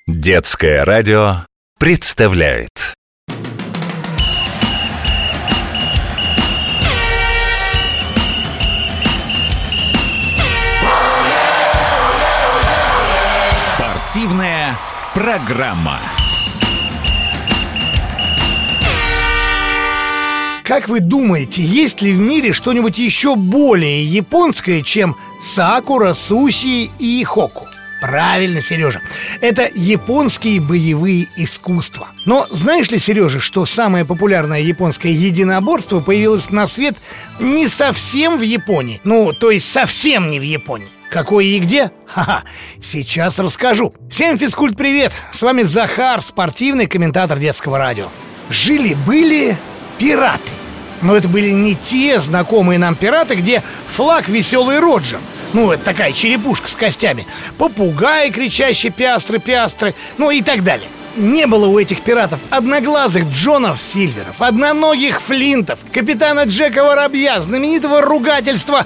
Детское радио представляет спортивная программа. Как вы думаете, есть ли в мире что-нибудь еще более японское, чем сакура, суши и хоку? Правильно, Сережа, это японские боевые искусства. Но знаешь ли, Сережа, что самое популярное японское единоборство появилось на свет не совсем в Японии? Ну, то есть совсем не в Японии. Какое и где? Ха-ха, сейчас расскажу. Всем физкульт-привет! С вами Захар, спортивный комментатор детского радио. Жили-были пираты. Но это были не те знакомые нам пираты, где флаг веселый Роджер. Ну, это такая черепушка с костями. Попугай, кричащий пиастры, ну и так далее. Не было у этих пиратов одноглазых Джонов Сильверов, одноногих Флинтов, капитана Джека Воробья, знаменитого ругательства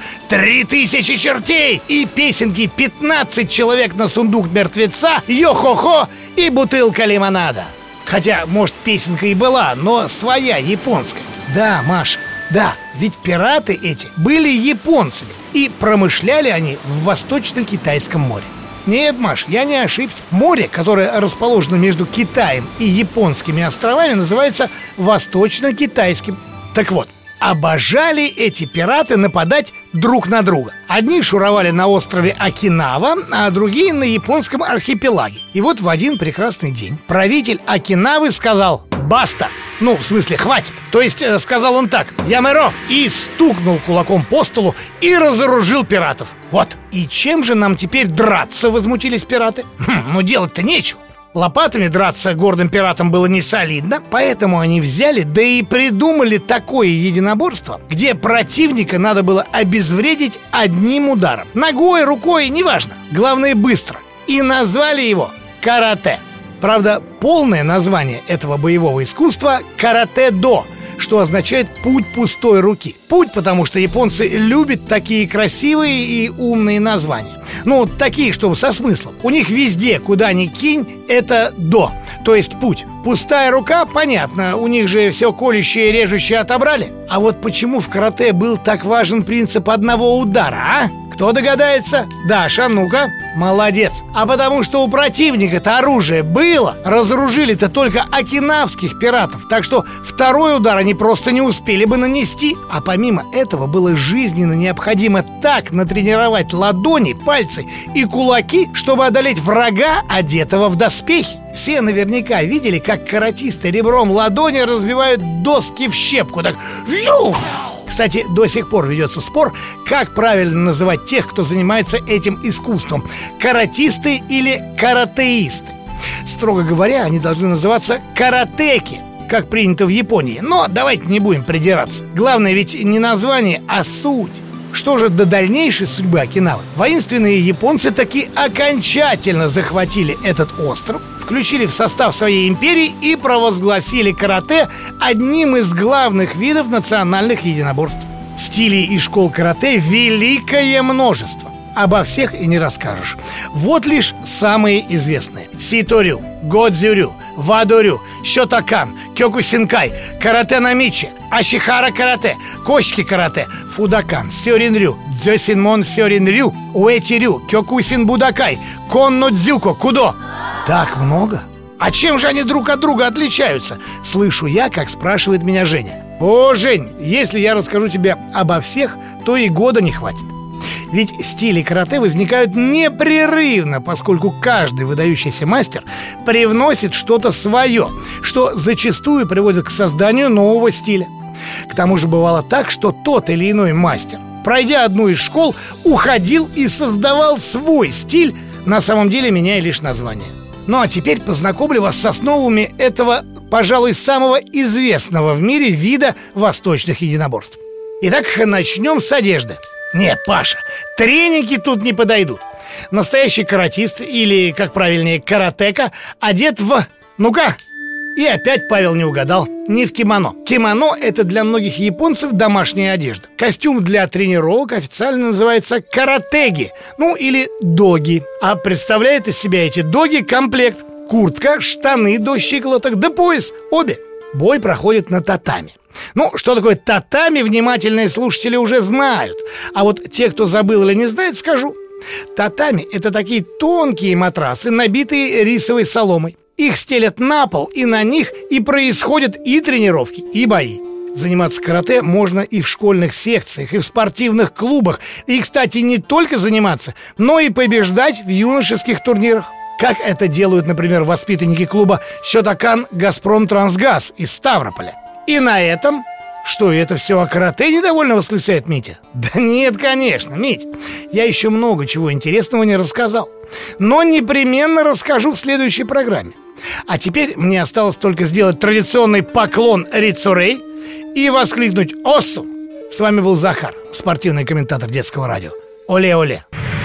3000 чертей и песенки 15 человек на сундук мертвеца, йо-хо-хо и бутылка лимонада. Хотя, может, песенка и была, но своя, японская. Да, Маша, да, ведь пираты эти были японцами, и промышляли они в Восточно-Китайском море. Нет, Маш, я не ошибся. Море, которое расположено между Китаем и Японскими островами, называется Восточно-Китайским. Так вот, обожали эти пираты нападать друг на друга. Одни шуровали на острове Окинава, а другие на японском архипелаге. И вот в один прекрасный день правитель Окинавы сказал: «Баста!» Ну, в смысле, хватит. То есть, сказал он так: «Ямеро!» И стукнул кулаком по столу и разоружил пиратов. Вот. И чем же нам теперь драться, возмутились пираты? Ну, делать-то нечего. Лопатами драться гордым пиратам было не солидно, поэтому они взяли, да и придумали такое единоборство, где противника надо было обезвредить одним ударом. Ногой, рукой, неважно. Главное, быстро. И назвали его карате. Правда, полное название этого боевого искусства – каратэ-до, что означает «путь пустой руки». Путь, потому что японцы любят такие красивые и умные названия. Ну, такие, чтобы со смыслом. У них везде, куда ни кинь, это «до», то есть путь. Пустая рука, понятно, у них же все колющее и режущее отобрали. А вот почему в карате был так важен принцип одного удара, а? Кто догадается? Даша, ну-ка. Молодец. А потому что у противника-то оружие было. Разоружили-то только окинавских пиратов. Так что второй удар они просто не успели бы нанести. А помимо этого было жизненно необходимо так натренировать ладони, пальцы и кулаки, чтобы одолеть врага, одетого в доспехи. Все наверняка видели, как каратисты ребром ладони разбивают доски в щепку. Так жух! Кстати, до сих пор ведется спор, как правильно называть тех, кто занимается этим искусством – каратисты или каратеисты. Строго говоря, они должны называться каратеки, как принято в Японии. Но давайте не будем придираться. Главное ведь не название, а суть. Что же до дальнейшей судьбы Окинавы? Воинственные японцы таки окончательно захватили этот остров, включили в состав своей империи и провозгласили карате одним из главных видов национальных единоборств. Стилей и школ карате великое множество. Обо всех и не расскажешь. Вот лишь самые известные: Ситорю, Годзюрю, Вадорю, Щотакан, Кёкусинкай, Карате на мече, Ашихара карате, Кошки карате, Фудакан, Сёринрю, Дзёсинмон Сёринрю, Уэтирю, Кёкусин Будакай, Конно Дзюко, Кудо. Так много? А чем же они друг от друга отличаются? Слышу я, как спрашивает меня Женя. О, Жень, если я расскажу тебе обо всех, то и года не хватит. Ведь стили карате возникают непрерывно, поскольку каждый выдающийся мастер привносит что-то свое, что зачастую приводит к созданию нового стиля. К тому же бывало так, что тот или иной мастер, пройдя одну из школ, уходил и создавал свой стиль, на самом деле меняя лишь название. Ну а теперь познакомлю вас с основами этого, пожалуй, самого известного в мире вида восточных единоборств. Итак, начнем с одежды. Не, Паша, треники тут не подойдут. Настоящий каратист, или, как правильнее, каратека, одет в... Ну-ка, И опять Павел не угадал, не в кимоно. Кимоно – это для многих японцев домашняя одежда. Костюм для тренировок официально называется каратеги, ну или доги. А представляет из себя эти доги комплект: куртка, штаны до щиколоток, да пояс, обе. Бой проходит на татами. Ну, что такое татами, внимательные слушатели уже знают. А вот те, кто забыл или не знает, скажу. Татами – это такие тонкие матрасы, набитые рисовой соломой. Их стелят на пол, и на них и происходят и тренировки, и бои. Заниматься карате можно и в школьных секциях, и в спортивных клубах. И, кстати, не только заниматься, но и побеждать в юношеских турнирах. Как это делают, например, воспитанники клуба «Сётокан Газпром Трансгаз» из Ставрополя. И на этом... Что, это все о карате недовольно восклицает Митя? Да нет, конечно, Мить. Я еще много чего интересного не рассказал. Но непременно расскажу в следующей программе. А теперь мне осталось только сделать традиционный поклон Рицурей и воскликнуть «Оссу!». С вами был Захар, спортивный комментатор Детского радио. Оле-оле!